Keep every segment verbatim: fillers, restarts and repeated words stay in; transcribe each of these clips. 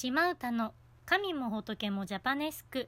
島唄の神も仏もジャパネスク。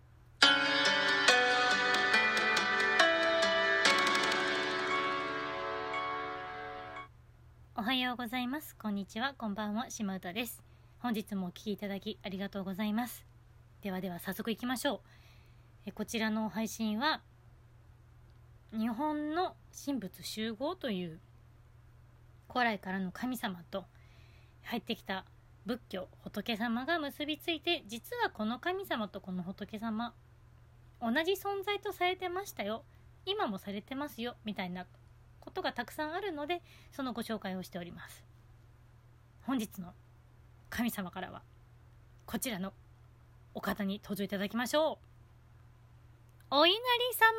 おはようございます、こんにちは、こんばんは、島唄です。本日もお聞きいただきありがとうございます。ではでは早速いきましょう。えこちらの配信は日本の神仏集合という古来からの神様と入ってきた仏教仏様が結びついて、実はこの神様とこの仏様同じ存在とされてましたよ、今もされてますよみたいなことがたくさんあるので、そのご紹介をしております。本日の神様からはこちらのお方に登場いただきましょう。お稲荷様、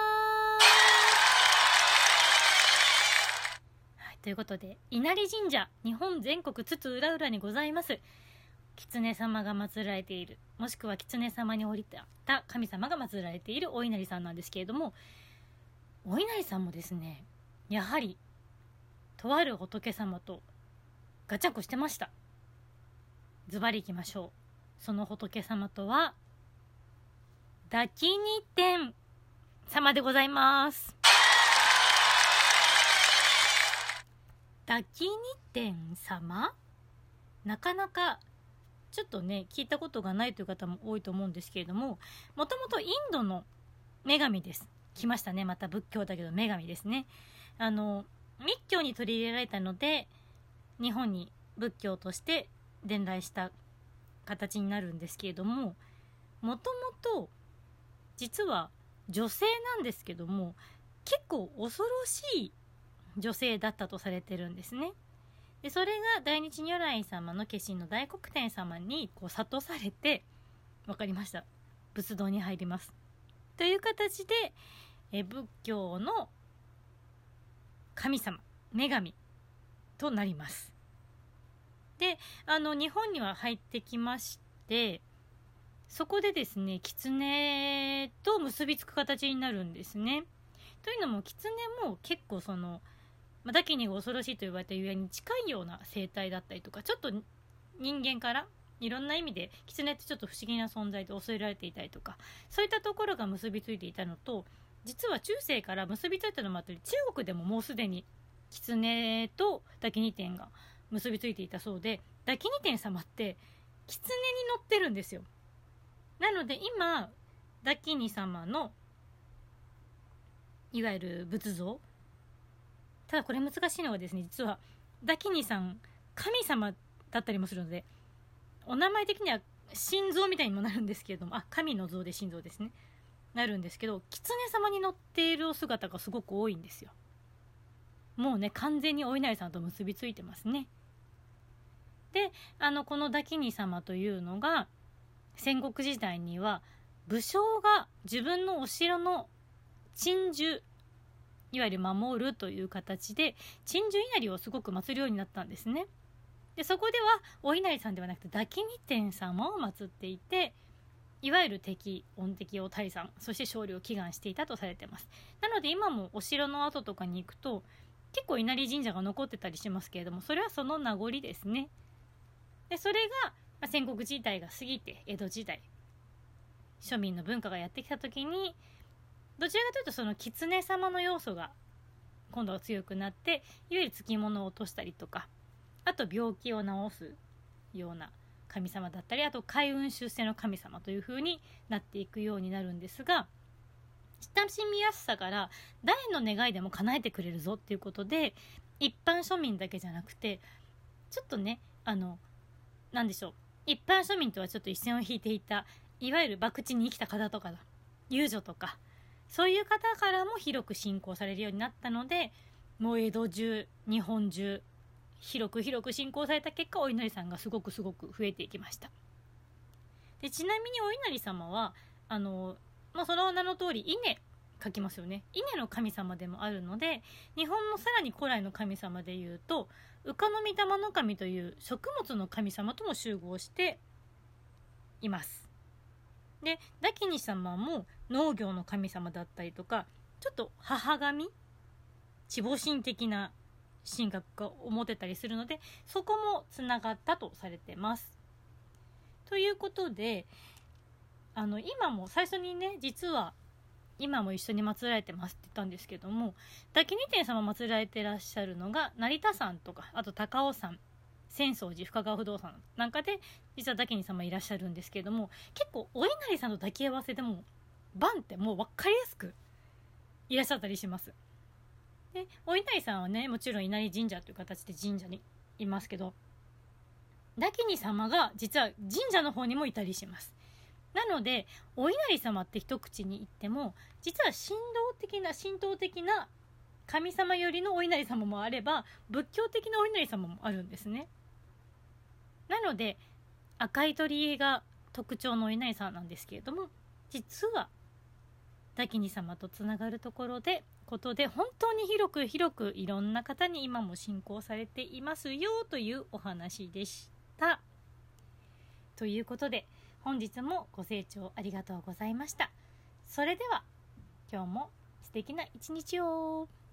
はい、ということで稲荷神社、日本全国津々浦々にございます狐様が祀られている、もしくは狐様に降りた神様が祀られているお稲荷さんなんですけれども、お稲荷さんもですね、やはりとある仏様とガチャンコしてました。ズバリいきましょう。その仏様とはダキニ天様でございます。ダキニ天様、なかなかちょっとね聞いたことがないという方も多いと思うんですけれども、もともとインドの女神です。来ましたね、また仏教だけど女神ですね。あの密教に取り入れられたので日本に仏教として伝来した形になるんですけれども、もともと実は女性なんですけども、結構恐ろしい女性だったとされてるんですね。でそれが大日如来様の化身の大黒天様にこう諭されて、わかりました、仏道に入りますという形でえ仏教の神様女神となります。であの日本には入ってきまして、そこでですね狐と結びつく形になるんですね。というのも狐も結構そのダキニが恐ろしいと言われたゆえに近いような生態だったりとか、ちょっと人間からいろんな意味で狐ってちょっと不思議な存在で恐れられていたりとか、そういったところが結びついていたのと、実は中世から結びついたのもあったり、中国でももうすでに狐とダキニ天が結びついていたそうで、ダキニ天様って狐に乗ってるんですよ。なので今ダキニ様のいわゆる仏像、ただこれ難しいのはですね、実はダキニさん神様だったりもするので、お名前的には心臓みたいにもなるんですけれども、あ、神の像で心臓ですね、なるんですけど、狐様に乗っているお姿がすごく多いんですよ。もうね完全にお稲荷さんと結びついてますね。であのこのダキニ様というのが戦国時代には武将が自分のお城の鎮守、いわゆる守るという形で鎮守稲荷をすごく祀るようになったんですね。でそこではお稲荷さんではなくてダキニ天様を祀っていて、いわゆる敵恩敵を退散、そして勝利を祈願していたとされています。なので今もお城の跡とかに行くと結構稲荷神社が残ってたりしますけれども、それはその名残ですね。でそれが戦国時代が過ぎて江戸時代、庶民の文化がやってきた時に、どちらかというとその狐様の要素が今度は強くなって、いわゆるつきものを落としたりとか、あと病気を治すような神様だったり、あと開運出世の神様という風になっていくようになるんですが、親しみやすさから誰の願いでも叶えてくれるぞっていうことで、一般庶民だけじゃなくて、ちょっとねあのなんでしょう、一般庶民とはちょっと一線を引いていた、いわゆる博打に生きた方とかだ、遊女とか、そういう方からも広く信仰されるようになったので、もう江戸中日本中広く広く信仰された結果、お稲荷さんがすごくすごく増えていきました。でちなみにお稲荷様はあの、まあ、その名の通り稲書きますよね。稲の神様でもあるので、日本のさらに古来の神様でいうと羽化の御霊の神という食物の神様とも集合しています。でダキニ様も農業の神様だったりとか、ちょっと母神地母神的な神格が思ってたりするので、そこもつながったとされてます。 ということで、あの今も最初にね、実は今も一緒に祀られてますって言ったんですけども、滝二天様祀られてらっしゃるのが成田山とか、あと高尾山、浅草寺、深川不動産なんかで実は滝二様いらっしゃるんですけども、結構お稲荷さんと抱き合わせでもバンってもう分かりやすくいらっしゃったりします。でお稲荷さんはね、もちろん稲荷神社という形で神社にいますけど、滝二様が実は神社の方にもいたりします。なのでお稲荷様って一口に言っても、実は神道的な神道的な神様よりのお稲荷様もあれば、仏教的なお稲荷様もあるんですね。なので赤い鳥居が特徴のお稲荷さんなんですけれども、実は滝二様とつながるところでことで、本当に広く広くいろんな方に今も信仰されていますよというお話でした。ということで本日もご清聴ありがとうございました。それでは今日も素敵な一日を。